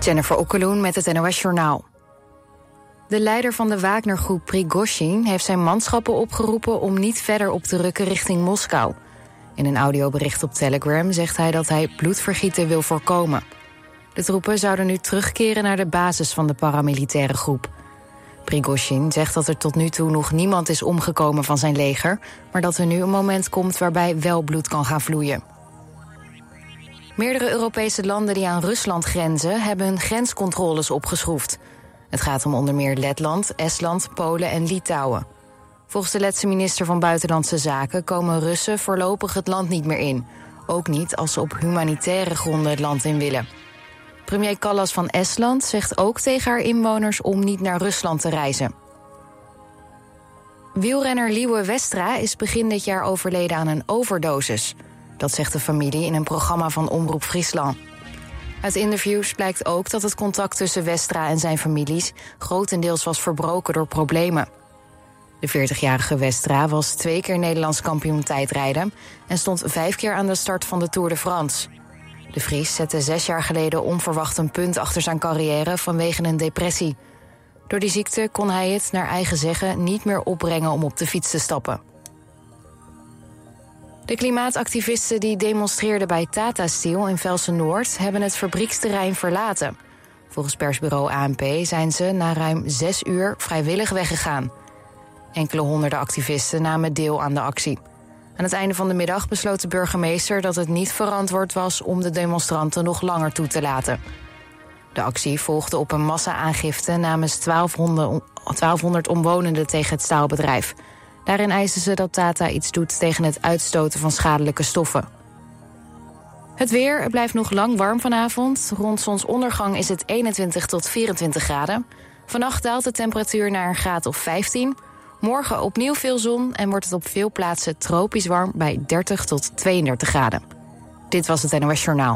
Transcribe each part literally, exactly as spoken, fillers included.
Jennifer Okkeloen met het N O S Journaal. De leider van de Wagner-groep Prigozhin heeft zijn manschappen opgeroepen om niet verder op te rukken richting Moskou. In een audiobericht op Telegram zegt hij dat hij bloedvergieten wil voorkomen. De troepen zouden nu terugkeren naar de basis van de paramilitaire groep. Prigozhin zegt dat er tot nu toe nog niemand is omgekomen van zijn leger, maar dat er nu een moment komt waarbij wel bloed kan gaan vloeien. Meerdere Europese landen die aan Rusland grenzen hebben hun grenscontroles opgeschroefd. Het gaat om onder meer Letland, Estland, Polen en Litouwen. Volgens de Letse minister van Buitenlandse Zaken komen Russen voorlopig het land niet meer in. Ook niet als ze op humanitaire gronden het land in willen. Premier Kallas van Estland zegt ook tegen haar inwoners om niet naar Rusland te reizen. Wielrenner Liewe Westra is begin dit jaar overleden aan een overdosis. Dat zegt de familie in een programma van Omroep Friesland. Uit interviews blijkt ook dat het contact tussen Westra en zijn families grotendeels was verbroken door problemen. De veertigjarige Westra was twee keer Nederlands kampioen tijdrijden en stond vijf keer aan de start van de Tour de France. De Fries zette zes jaar geleden onverwacht een punt achter zijn carrière vanwege een depressie. Door die ziekte kon hij het, naar eigen zeggen, niet meer opbrengen om op de fiets te stappen. De klimaatactivisten die demonstreerden bij Tata Steel in Velsen-Noord hebben het fabrieksterrein verlaten. Volgens persbureau A N P zijn ze na ruim zes uur vrijwillig weggegaan. Enkele honderden activisten namen deel aan de actie. Aan het einde van de middag besloot de burgemeester dat het niet verantwoord was om de demonstranten nog langer toe te laten. De actie volgde op een massa-aangifte namens twaalfhonderd omwonenden tegen het staalbedrijf. Daarin eisen ze dat Tata iets doet tegen het uitstoten van schadelijke stoffen. Het weer, het blijft nog lang warm vanavond. Rond zonsondergang is het eenentwintig tot vierentwintig graden. Vannacht daalt de temperatuur naar een graad of vijftien. Morgen opnieuw veel zon en wordt het op veel plaatsen tropisch warm bij dertig tot tweeëndertig graden. Dit was het N O S Journaal.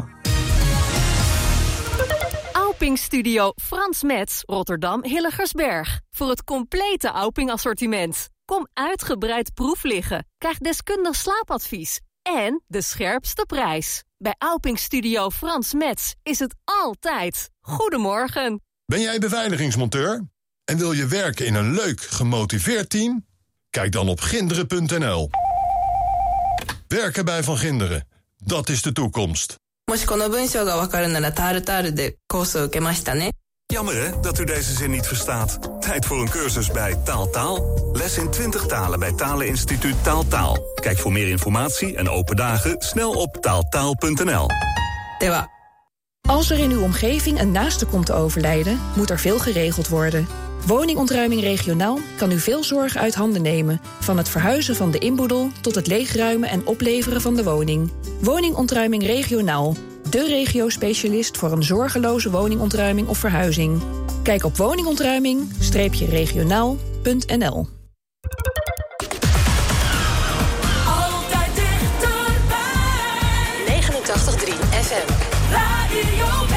Auping Studio Frans Metz, Rotterdam Hillegersberg. Voor het complete Auping assortiment. Kom uitgebreid proef liggen, krijg deskundig slaapadvies en de scherpste prijs. Bij Auping Studio Frans Metz is het altijd. Goedemorgen. Ben jij beveiligingsmonteur en wil je werken in een leuk, gemotiveerd team? Kijk dan op ginderen punt n l. Werken bij Van Ginderen, dat is de toekomst. Jammer hè, dat u deze zin niet verstaat. Tijd voor een cursus bij Taal Taal. Les in twintig talen bij Taleninstituut Taal Taal. Kijk voor meer informatie en open dagen snel op taaltaal punt n l. Dewa. Als er in uw omgeving een naaste komt te overlijden, moet er veel geregeld worden. Woningontruiming regionaal kan u veel zorg uit handen nemen. Van het verhuizen van de inboedel tot het leegruimen en opleveren van de woning. Woningontruiming regionaal. De regio-specialist voor een zorgeloze woningontruiming of verhuizing. Kijk op woningontruiming regionaal punt n l. Altijd dichterbij. negenentachtig komma drie F M. Radio West.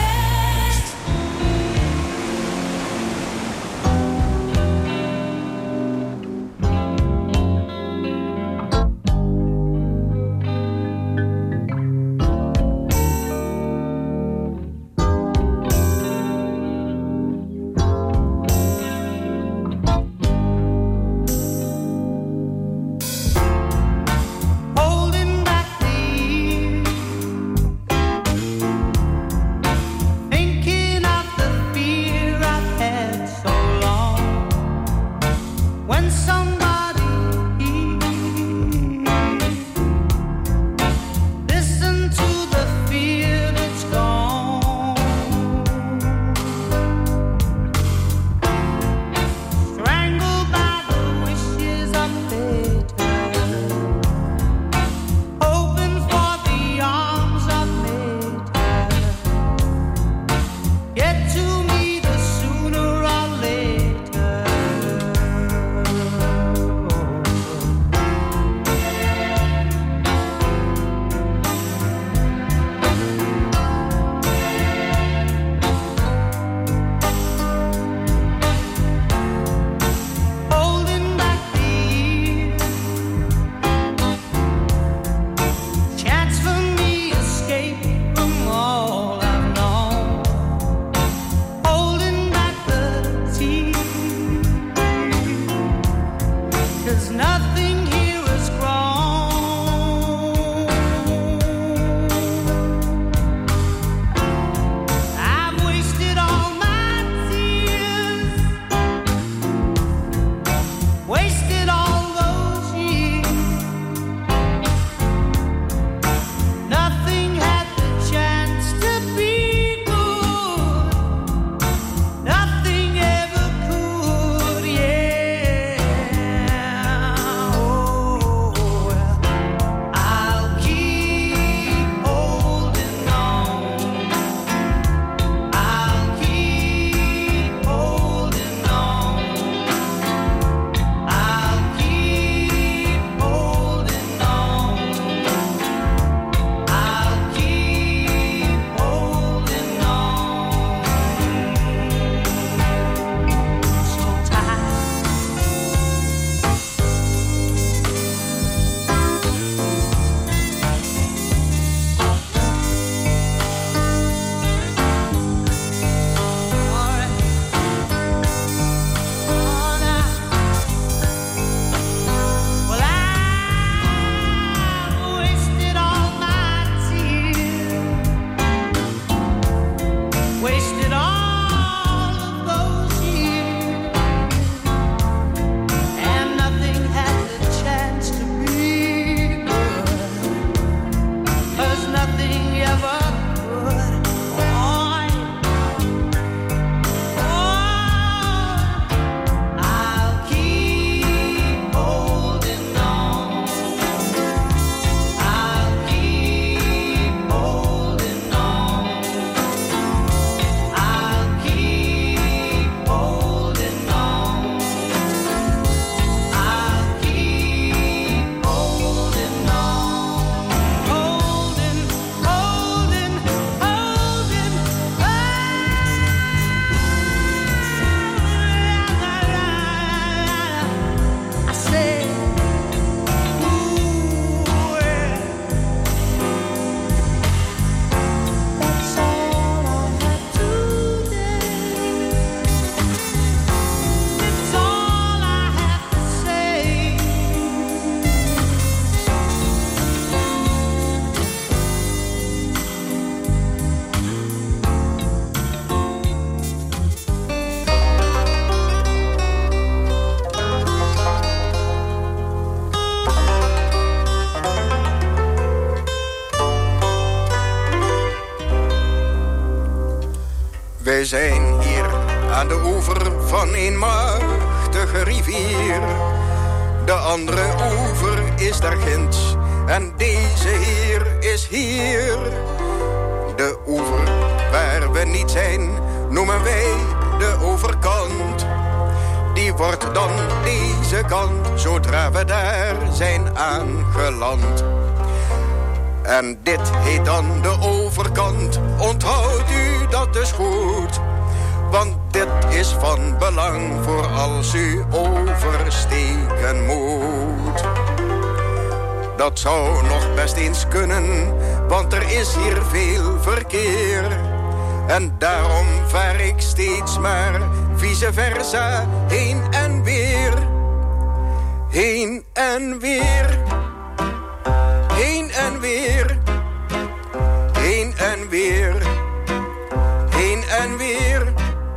Wij zijn hier aan de oever van een machtige rivier. De andere oever is daar ginds en deze hier is hier. De oever waar we niet zijn noemen wij de overkant. Die wordt dan deze kant zodra we daar zijn aangeland. En dit heet dan de overkant, onthoudt u dat dus goed. Want dit is van belang voor als u oversteken moet. Dat zou nog best eens kunnen, want er is hier veel verkeer. En daarom vaar ik steeds maar vice versa heen en weer. Heen en weer. Heen en weer. Heen en weer. Heen en weer.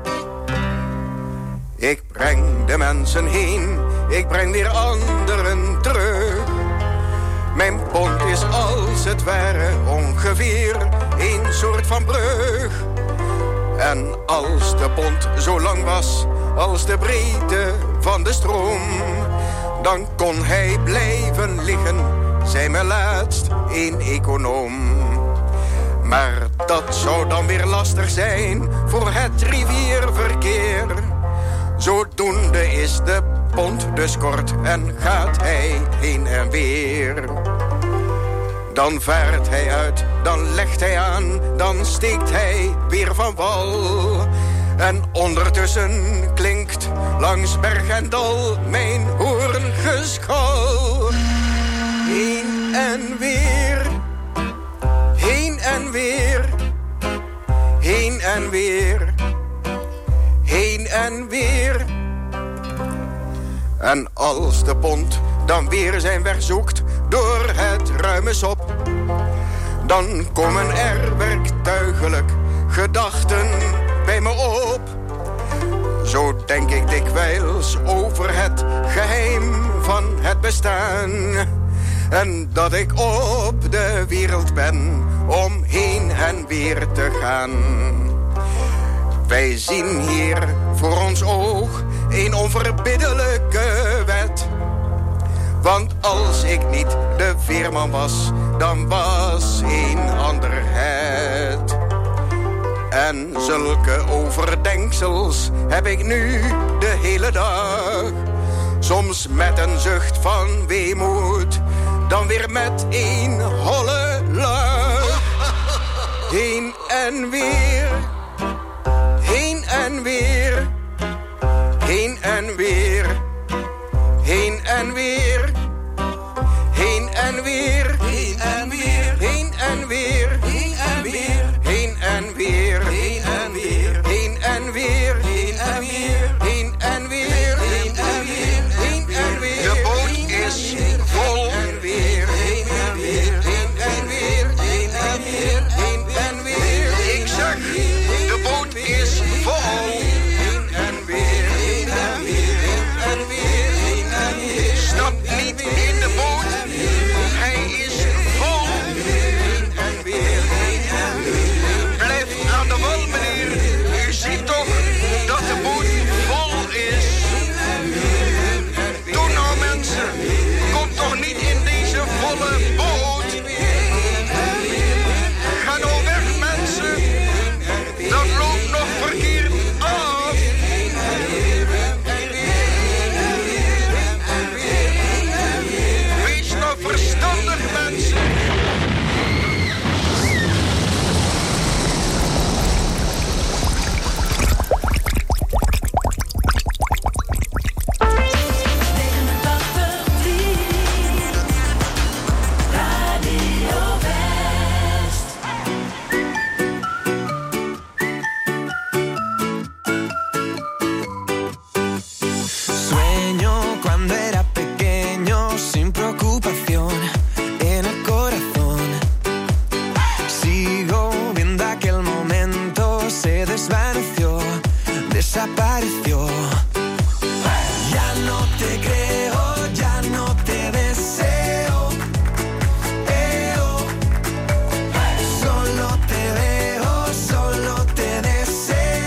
Ik breng de mensen heen, ik breng weer anderen terug. Mijn pont is als het ware ongeveer een soort van brug. En als de pont zo lang was als de breedte van de stroom, dan kon hij blijven liggen, zei me laatst een econoom. Maar dat zou dan weer lastig zijn voor het rivierverkeer. Zodoende is de pont dus kort en gaat hij heen en weer. Dan vaart hij uit, dan legt hij aan, dan steekt hij weer van wal. En ondertussen klinkt langs berg en dal mijn hoorngeschal. Heen en weer, heen en weer, heen en weer, heen en weer. En als de pont dan weer zijn weg zoekt door het ruime sop, dan komen er werktuigelijk gedachten bij me op. Zo denk ik dikwijls over het geheim van het bestaan. En dat ik op de wereld ben om heen en weer te gaan. Wij zien hier voor ons oog een onverbiddelijke wet. Want als ik niet de veerman was, dan was een ander het. En zulke overdenksels heb ik nu de hele dag. Soms met een zucht van weemoed, dan weer met een holle lach. Heen en weer, heen en weer, heen en weer, heen en weer, heen en weer, heen en weer, heen en weer, heen en weer, heen en weer, heen en weer, heen en weer, heen en weer, heen en weer, heen en weer, heen en weer. De boot is vol en weer, heen en weer, heen en weer, heen en weer, heen en weer. Ik zeg, de boot is vol. Heen en weer, heen en weer, heen en weer, heen en weer. Stap niet in de boot, hij is vol. Heen en weer, heen en weer. Blijf aan de wal, meneer. U ziet toch dat de boot vol is. Doe nou, mensen, kom toch niet in deze volle boot. Ga nou weg, mensen. Dat loopt nog verkeerd af. Wees nou verstandig, mensen. Sueño cuando era pequeño, sin preocupación en el corazón. Sigo viendo aquel momento, se desvaneció, desapareció. Ya no te creo, ya no te deseo. Eh, oh. Solo te veo, solo te deseo.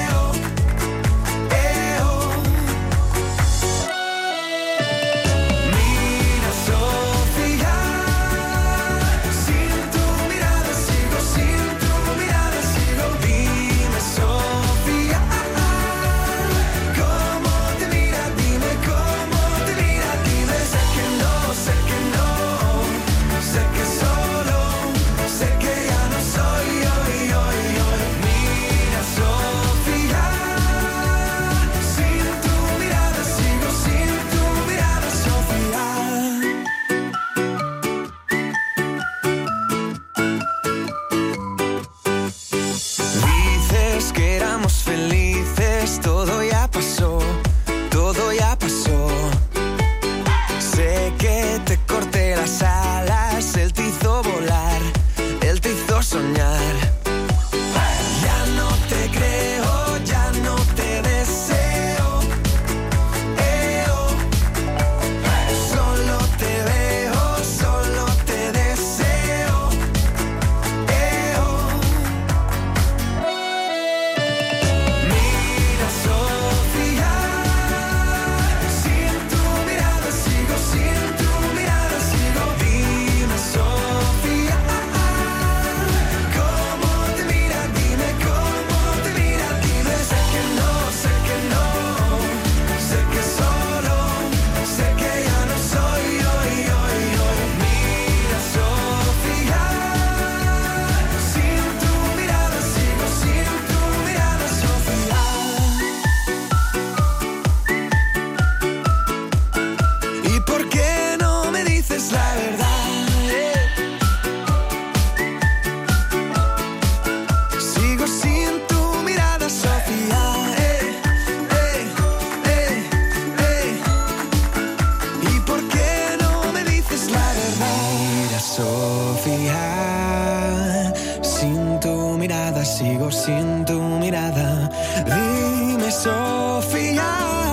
mirada. Dime, Sofía,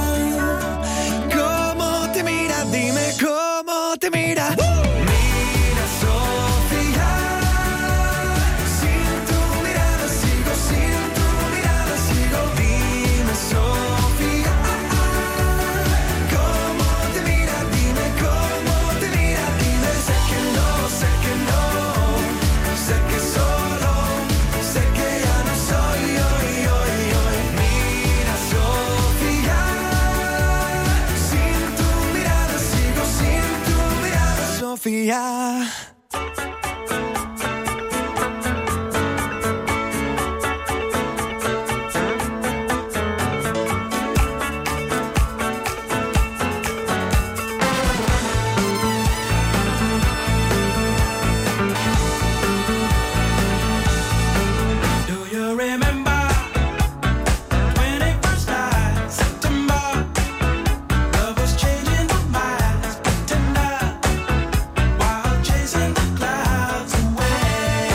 ¿cómo te mira? Dime cómo te mira. Mira, Sofía, sin tu mirada sigo, sin tu mirada sigo. Dime, Sofía, ¿cómo te mira? Dime cómo te mira. Dime, sé que no, sé que no, sé que solo, sé que ya no soy hoy, hoy, hoy. Mira, Sofía, sin tu mirada sigo, sin tu mirada, Sofía. Do you remember when it first started? September, love was changing the minds, tender, while chasing the clouds away.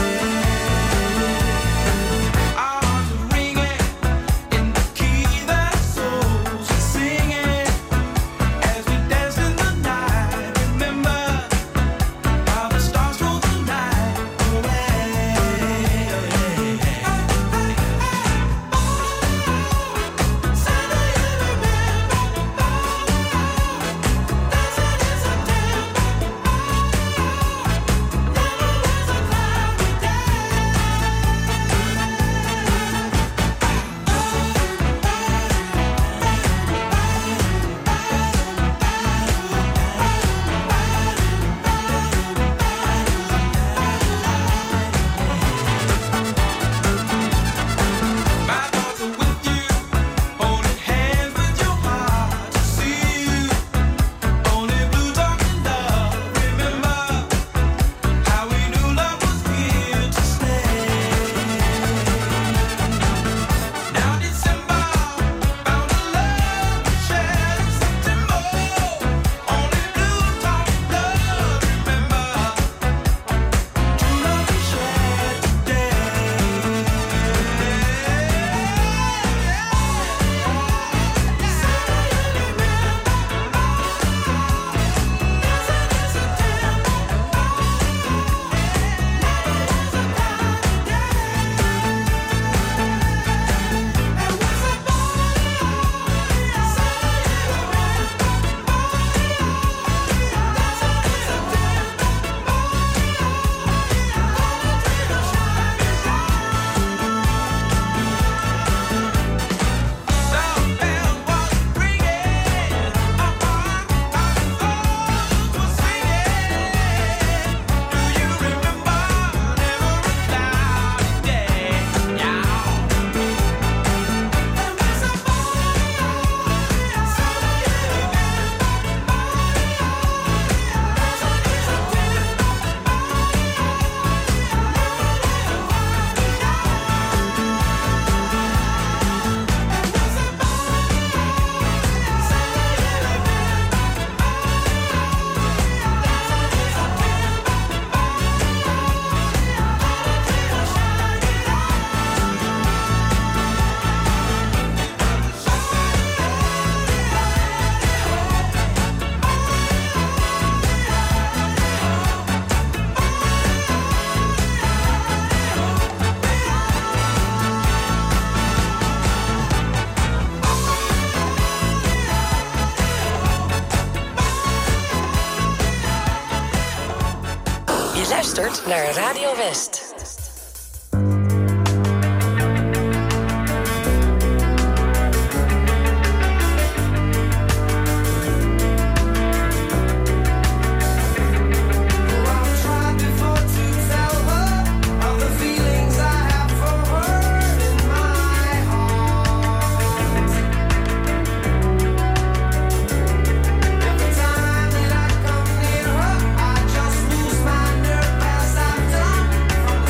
Our hearts were ringing in the key that souls were singing as we danced in the night. Remember how the stars rolled the night away. My thoughts are with you, holding hands with your heart to see you. Only blue talking love. Remember how we knew love was here to stay. Now December found a love to share in September. Only blue talking love. Remember true love we shared today. Some bells was ringing, our hearts were singing. Do you remember? Never a cloudy day. Je luistert naar Radio West. Every time that I come near her, I just lose my nerve as I've done.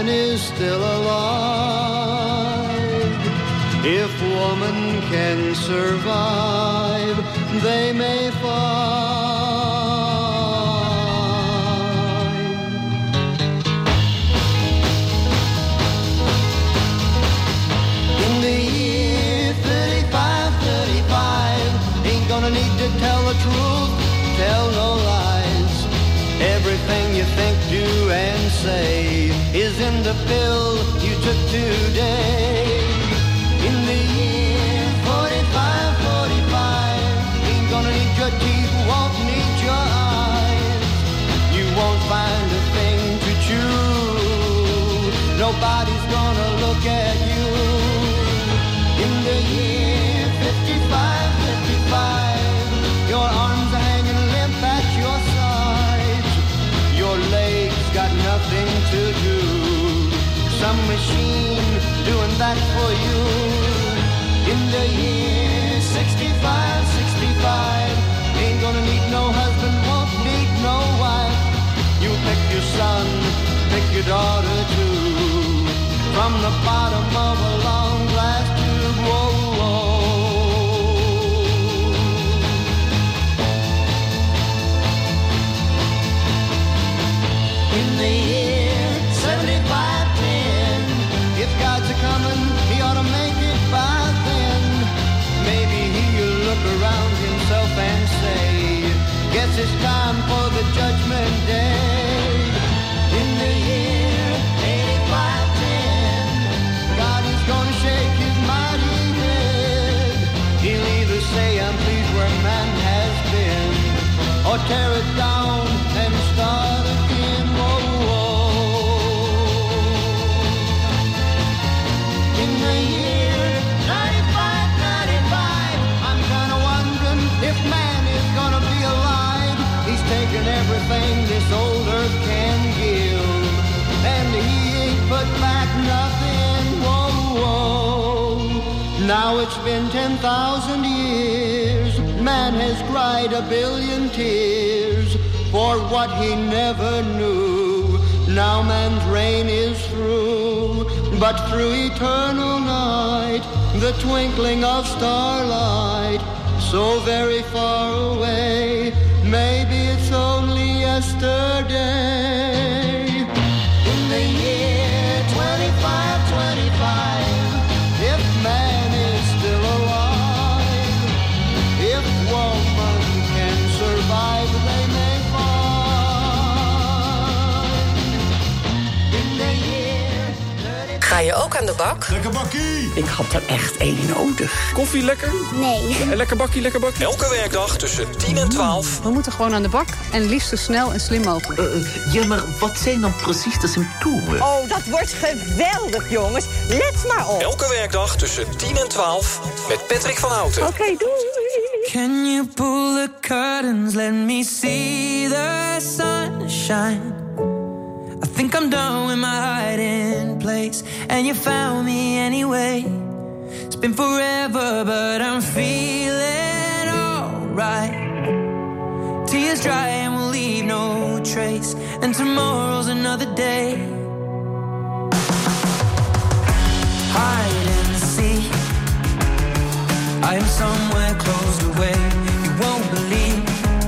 man is still alive. If woman can survive, they may find. In the year thirty-five, thirty-five, ain't gonna need to tell the truth, tell no lies. Everything you think, do, and say is in the pill you took today. In the year forty-five, forty-five, ain't gonna need your teeth, won't need your eyes. You won't find a thing to chew. Nobody's gonna look at you. In the year fifty-five, fifty-five, your arms are hanging limp at your sides. Your legs got nothing to do. Some machine doing that for you. In the year sixty-five, sixty-five, ain't gonna need no husband, won't need no wife. You pick your son, pick your daughter too. From the bottom of a long glass tube, whoa, whoa. In the year seventy-five, ten, if God's a-comin', he ought to make it by then. Maybe he'll look around himself and say, guess it's time for the judgment day. In the year eighty-five, ten, God is gonna shake his mighty head. He'll either say, I'm pleased where man has been, or tear it down and start again. Whoa, whoa. In the year ninety-five, ninety-five, I'm kinda wondering if man is gonna be alive. He's taken everything this old earth can give, and he ain't put back nothing. Whoa, whoa. Now it's been ten thousand years. Man has cried a billion tears for what he never knew. Now man's reign is through, but through eternal night, the twinkling of starlight, so very far away, maybe it's only yesterday. In the year twenty-five, twenty-five, if man is still alive, if woman can survive, they may find. In the year thirty-five. Ga je ook aan de bak? Lekker bakkie! Ik had er echt één nodig. Koffie lekker? Nee. En lekker bakkie, lekker bakkie. Elke werkdag tussen tien en twaalf. We moeten gewoon aan de bak en liefst zo snel en slim mogelijk. Uh, ja, maar wat zijn dan precies de symptomen? Oh, dat wordt geweldig, jongens. Let maar op. Elke werkdag tussen tien en twaalf met Patrick van Houten. Oké, okay, doei. Can you pull the curtains, let me see the sunshine. I think I'm done with my hiding place, and you found me anyway. It's been forever, but I'm feeling alright. Tears dry and we'll leave no trace, and tomorrow's another day. Hide and seek, I am somewhere closed away. You won't believe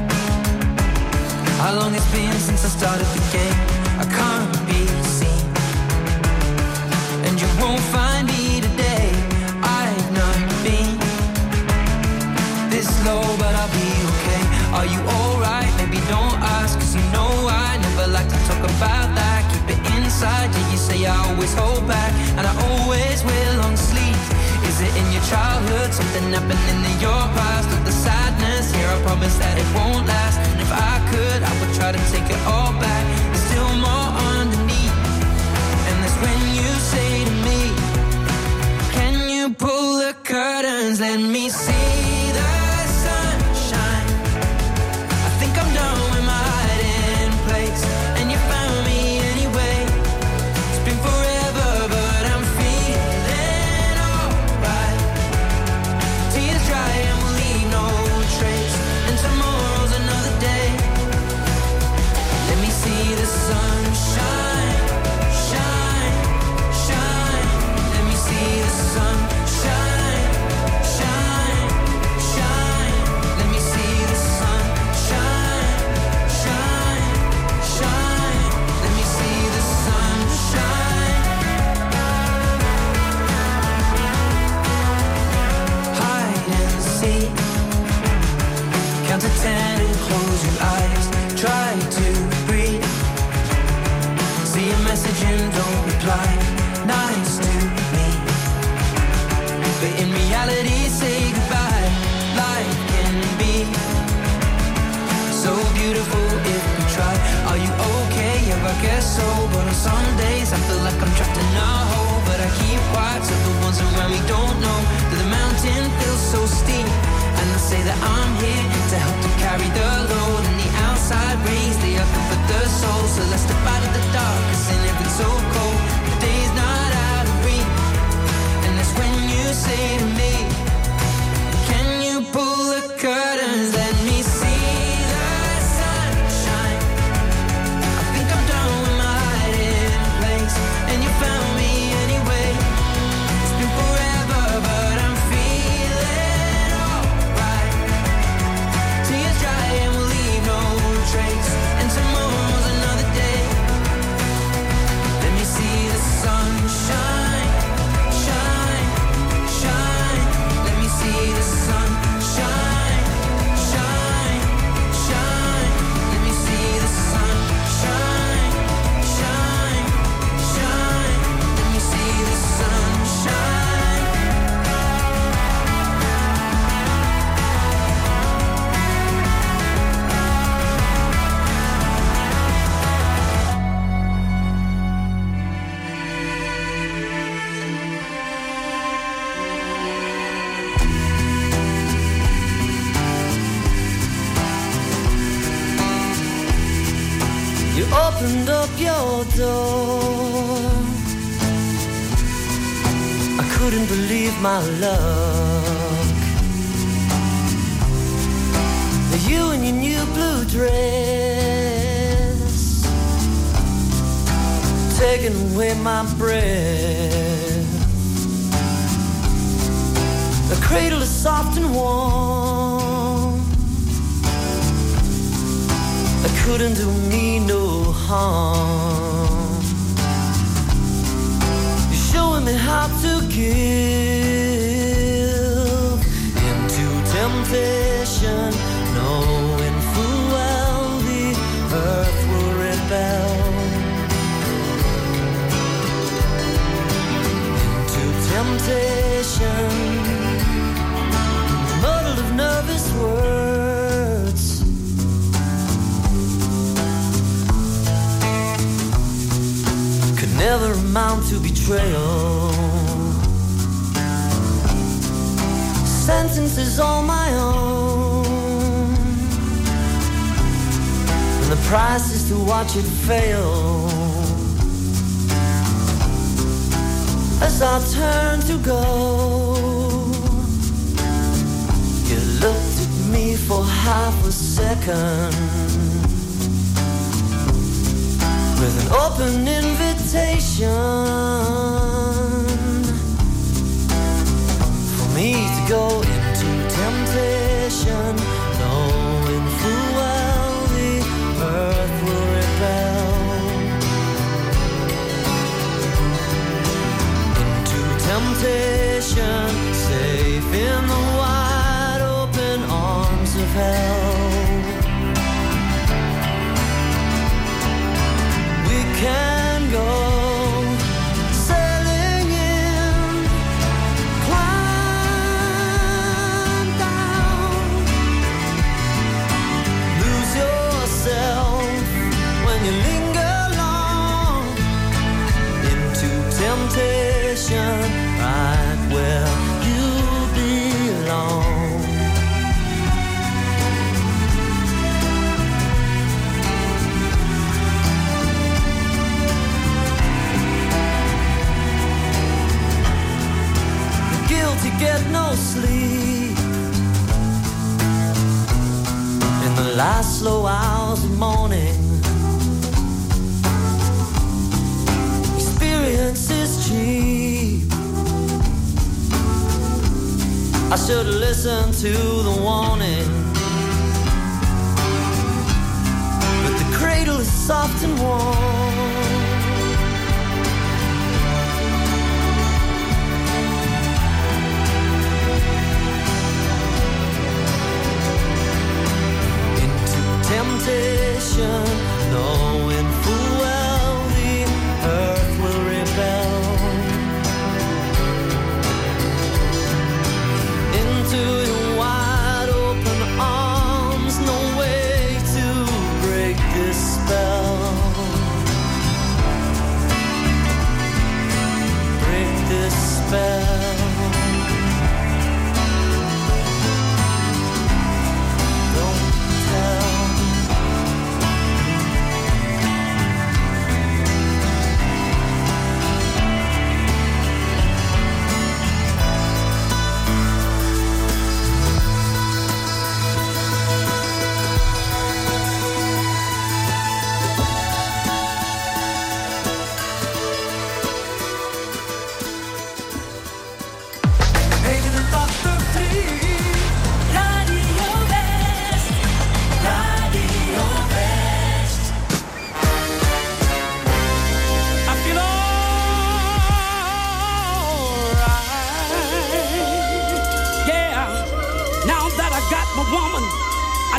how long it's been since I started the game. I can't be seen, and you won't find me today. I've not been this low, but I'll be okay. Are you alright? Maybe don't ask, cause you know I never like to talk about that. Keep it inside, yeah, you say I always hold back, and I always will on sleep. Is it in your childhood, something happening in your past? Or the sadness here, I promise that it won't last. And if I could, I would try to take it all back. There's still more underneath, and that's when you say to me, can you pull the curtains, let me see the sunshine. I think I'm done with my hiding place, and you found me anyway. It's been forever, but I'm feeling alright. Tears dry and we'll leave no trace, and tomorrow's another day. Let me see the sunshine, shine. see. Count to ten and close your eyes. Try to breathe. See a message and don't reply. Nice to me, but in reality, say goodbye. Life can be so beautiful if we try. Are you okay? Yeah, I guess so. But on some days I feel like I'm trapped in a hole. But I keep quiet so the ones around me don't know that the mountain feels so steep. And I say that I'm here to help to carry the load. And the outside rays, they are good for the soul. So let's step out of the dark, cause in it it's so cold. The day's not out of reach. And that's when you say to me, can you pull the curtains? Let me see the sunshine. I think I'm done with my hiding place. And you found me anyway. It's been forever, but I'm feeling alright. Tears dry and we'll leave no trace. And tomorrow's another day. Let me see the sunshine, shine, shine. Let me see the sun, shine, shine, shine. Let me see the sun, shine, shine, shine. Let me see the sun, shine. You opened up your door. I couldn't believe my luck. You in your new blue dress, taking away my breath. The cradle is soft and warm. I couldn't do me no harm. You're showing me how to give into temptation, knowing full well the earth will rebel. Into temptation, muddle of nervous words. Could never amount to betrayal. Sentences all my own, and the price is to watch it fail. As I turn to go, you looked at me for half a second with an open invitation for me to go into temptation, knowing full well the earth will rebel. Into temptation, safe in the wide open arms of hell. We can go sailing in, climb down, lose yourself when you linger long into temptation, right where you belong. To get no sleep in the last slow hours of morning. Experience is cheap. I should have listened to the warning, but the cradle is soft and warm.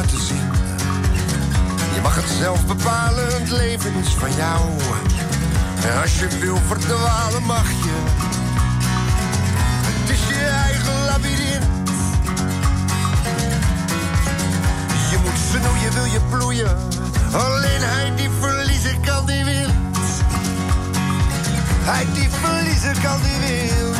laten zien. Je mag het zelf bepalen, het leven is van jou. En als je wil verdwalen mag je. Het is je eigen labyrint. Je moet snoeien, wil je bloeien. Alleen hij die verliezen kan, die wint. Hij die verliezen kan, die wint.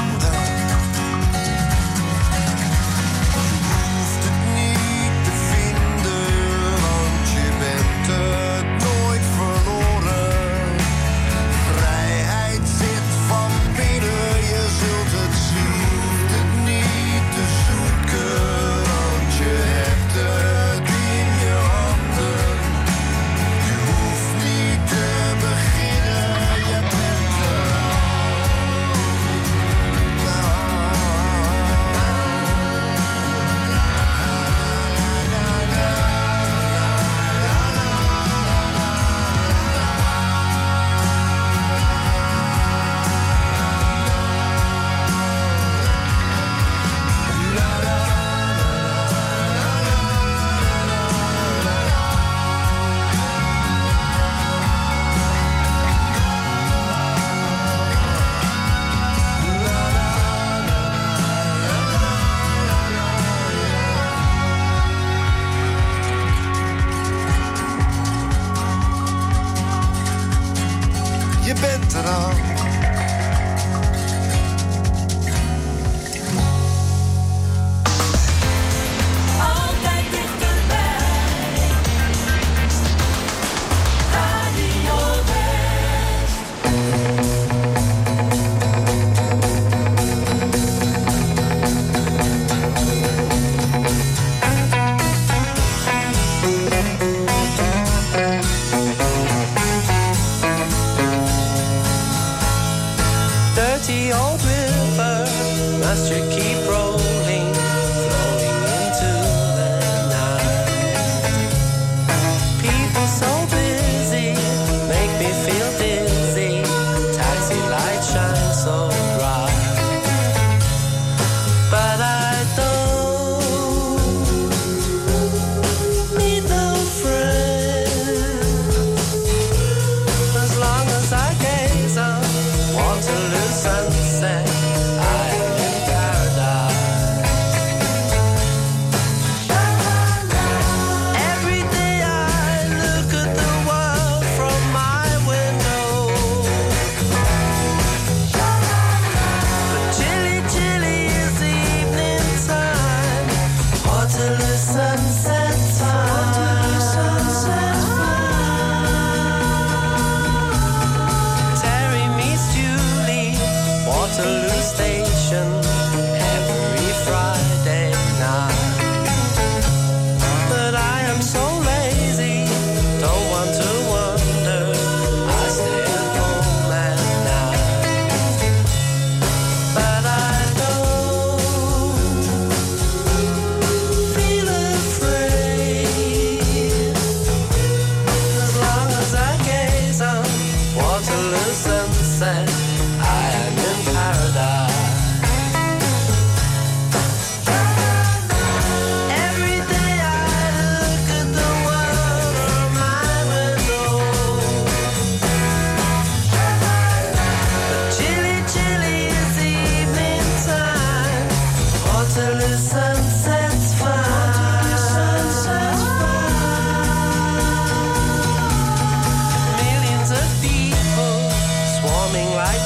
Like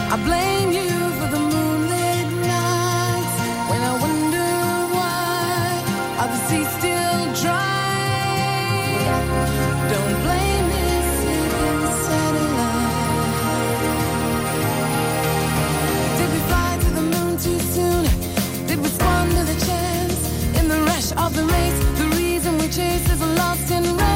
I blame you for the moonlit nights when I wonder why are the seas still dry. Don't blame this city satellite. Did we fly to the moon too soon? Did we squander the chance in the rush of the race? The reason we chase is lost in romance.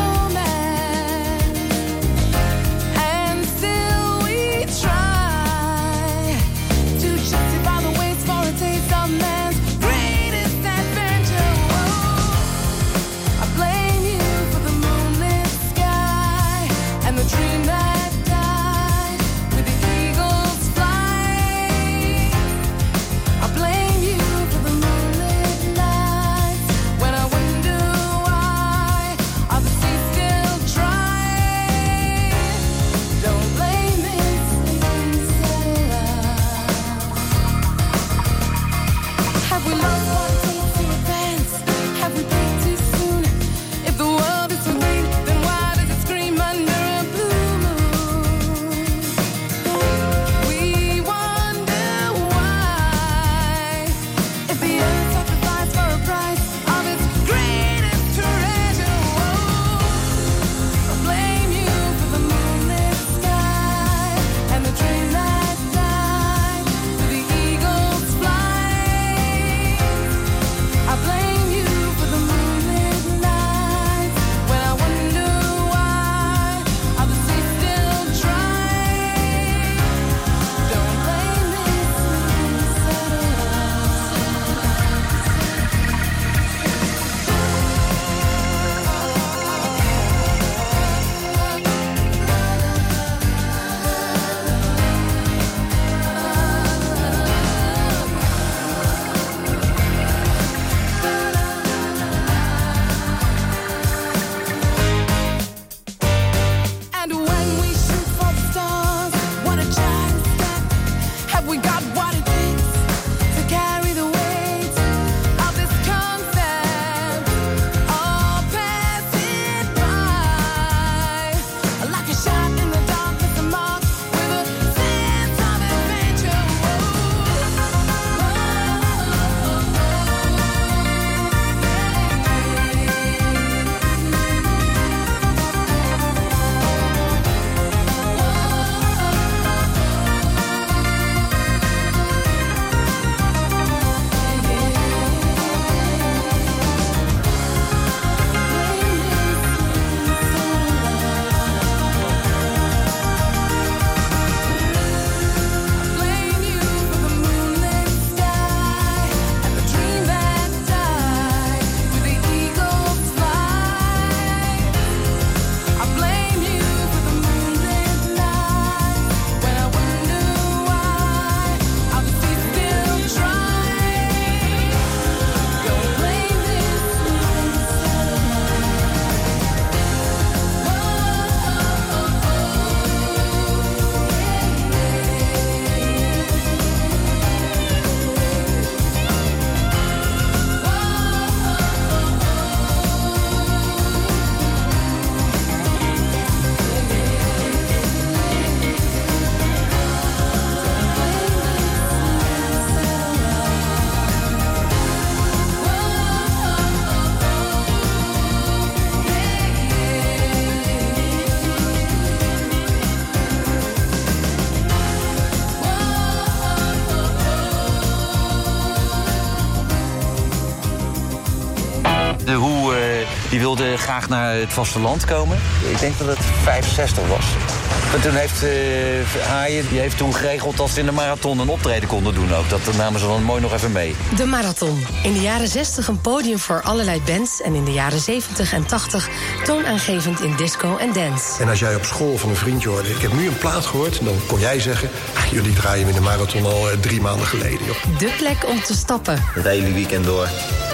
Die wilde graag naar het vasteland komen. Ik denk dat het vijfenzestig was. En toen heeft uh, Haaien, die heeft toen geregeld dat ze in de marathon een optreden konden doen ook. Dat namen ze dan mooi nog even mee. De Marathon. In de jaren zestig een podium voor allerlei bands. En in de jaren zeventig en tachtig toonaangevend in disco en dance. En als jij op school van een vriendje hoorde, ik heb nu een plaat gehoord, dan kon jij zeggen, ach, jullie draaien in de Marathon al uh, drie maanden geleden. Joh. De plek om te stappen. Het hele weekend door.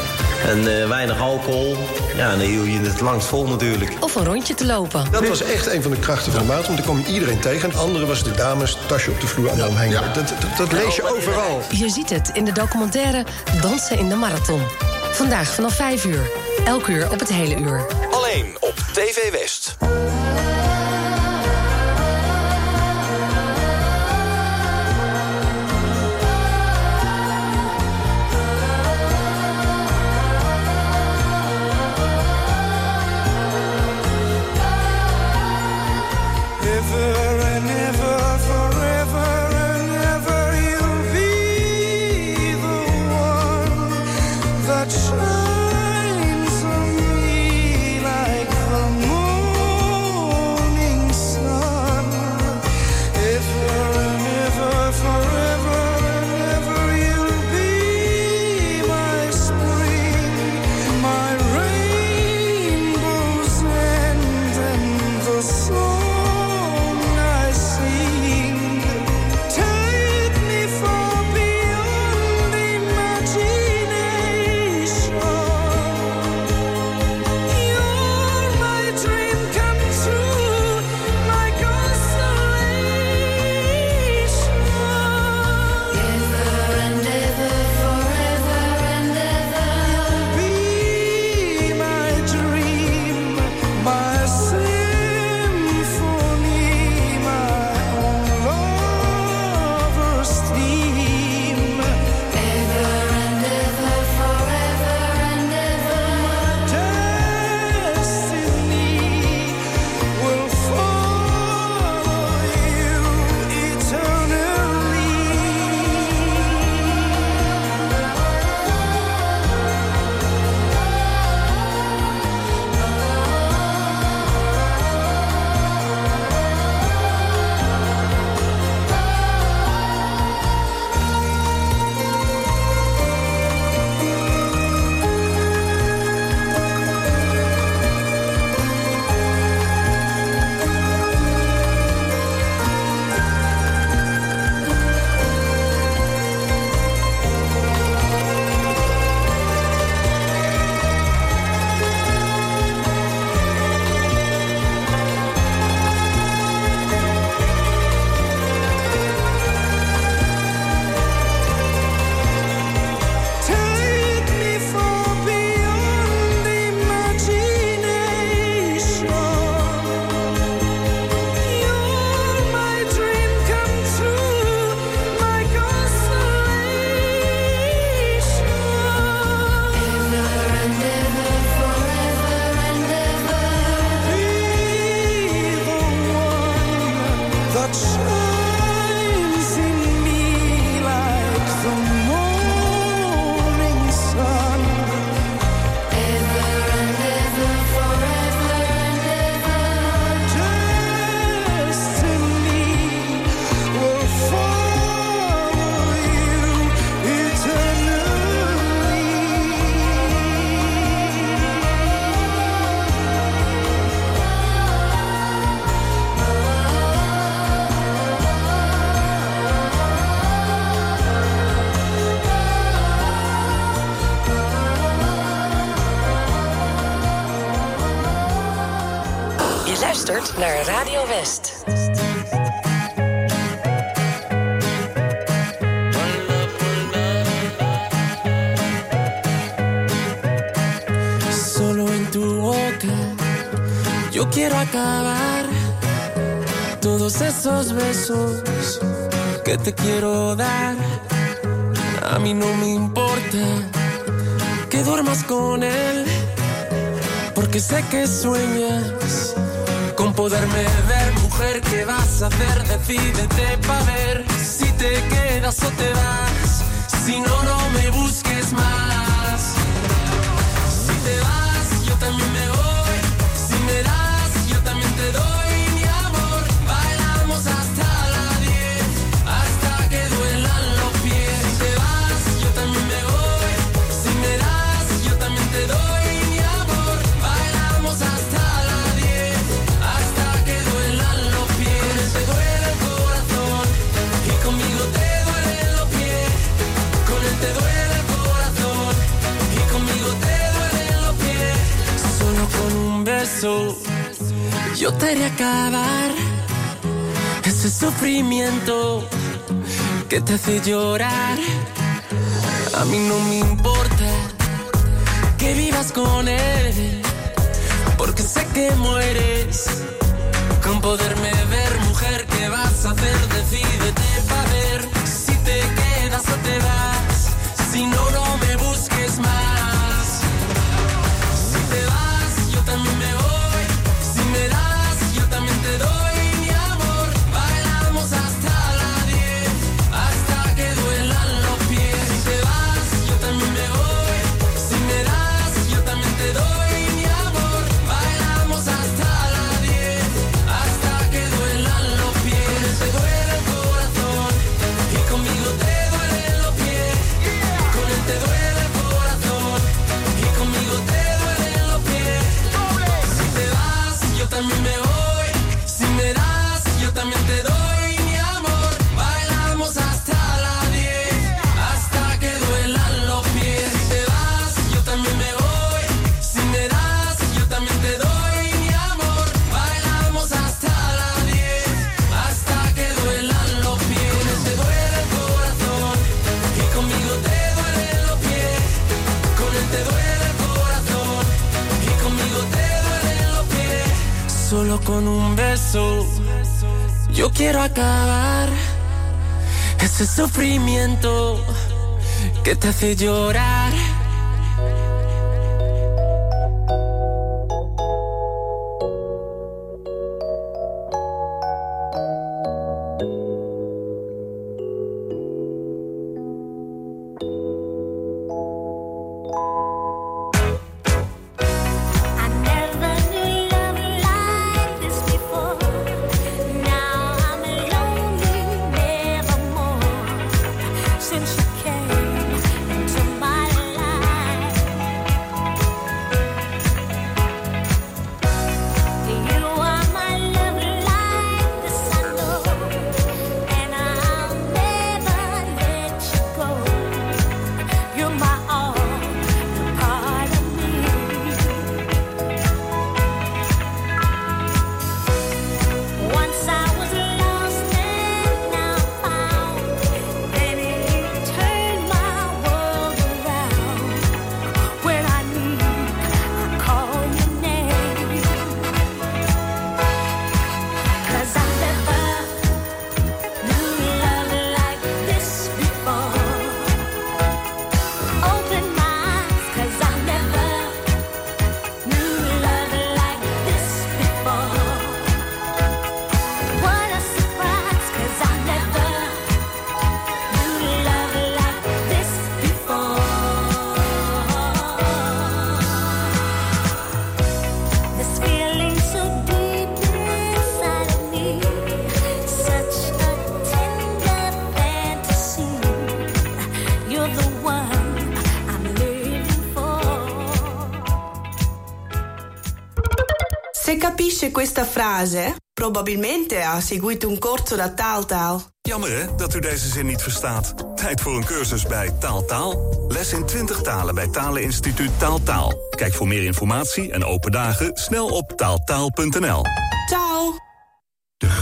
En uh, weinig alcohol. Ja, dan hield je het langst vol natuurlijk. Of een rondje te lopen. Dat was echt een van de krachten van de marathon. Want er kwam iedereen tegen. En andere was de dames, tasje op de vloer, allemaal omheen. Ja. Dat, dat, dat lees je overal. Je ziet het in de documentaire Dansen in de Marathon. Vandaag vanaf vijf uur. Elk uur op het hele uur. Alleen op T V West. naar Radio West. Solo en tu boca yo quiero acabar todos esos besos que te quiero dar. A mí no me importa que duermas con él, porque sé que sueñas con poderme ver. Mujer, ¿qué vas a hacer? Decídete pa' ver si te quedas o te vas. Si no, no me busques más. Si te vas, yo también me voy. Si me das, yo también te doy. Mi amor, bailamos hasta las diez, hasta que duelan los pies. Si te vas, yo también me voy. Si me das, yo también te doy. Mi amor, bailamos hasta las diez, hasta que duelan los pies. Con él te duele el corazón y conmigo te duelen los pies. Con él te duele el corazón y conmigo te duelen los pies. Solo con un beso yo te haré acabar ese sufrimiento que te hace llorar. A mí no me importa que vivas con él, porque sé que mueres con poderme ver. Mujer, ¿qué vas a hacer? Decídete pa' ver si te quedas o te vas. Si no, no me busques más. Si te vas, yo también me voy. Si me das, yo también te doy. Mi amor, bailamos hasta las diez, hasta que duelan los pies. Si te vas, yo también me voy. Si me das, yo también te doy. Mi amor, bailamos hasta las diez, hasta que duelan los pies. Con él te duele el corazón y conmigo te duelen los pies. Con él te duele el corazón y conmigo te duelen los pies. Si te vas, yo también me voy. Si me das, yo también te doy. Mi amor, bailamos hasta las diez, hasta que duelan los pies. Si te vas, yo también me voy. Si me das, yo también te doy. Mi amor, bailamos hasta las diez, hasta que duelan los pies. Con él te duele el corazón y conmigo te duelen los pies. Con él te duele el corazón y conmigo te duelen los pies. Solo con un beso yo quiero acabar ese sufrimiento que te hace llorar. Since you came into my life, Se capisce questa frase, probabilmente ha seguito un corso da taaltaal. Jammer hè, dat u deze zin niet verstaat. Tijd voor een cursus bij Taaltaal. Les in twintig talen bij Taleninstituut Taaltaal. Kijk voor meer informatie en open dagen snel op taaltaal punt n l. Ciao!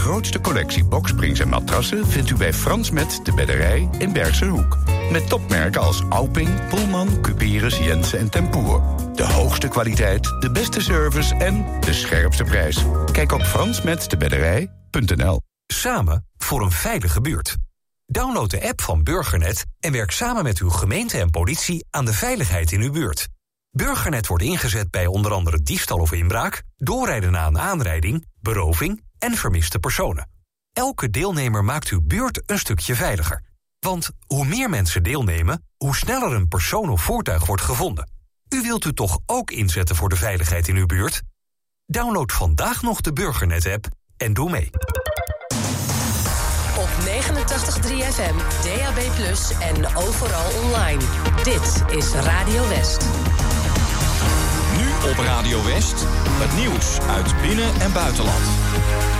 grootste collectie boksprings en matrassen vindt u bij Frans Met de Bedderij in Bergse Hoek. Met topmerken als Auping, Pullman, Cuperus, Jensen en Tempoer. De hoogste kwaliteit, de beste service en de scherpste prijs. Kijk op frans met de bedderij punt n l. Samen voor een veilige buurt. Download de app van Burgernet en werk samen met uw gemeente en politie aan de veiligheid in uw buurt. Burgernet wordt ingezet bij onder andere diefstal of inbraak, doorrijden na een aanrijding, beroving en vermiste personen. Elke deelnemer maakt uw buurt een stukje veiliger. Want hoe meer mensen deelnemen, hoe sneller een persoon of voertuig wordt gevonden. U wilt u toch ook inzetten voor de veiligheid in uw buurt? Download vandaag nog de Burgernet-app en doe mee. Op negenentachtig komma drie F M, D A B plus, en overal online. Dit is Radio West. Nu op Radio West, het nieuws uit binnen- en buitenland.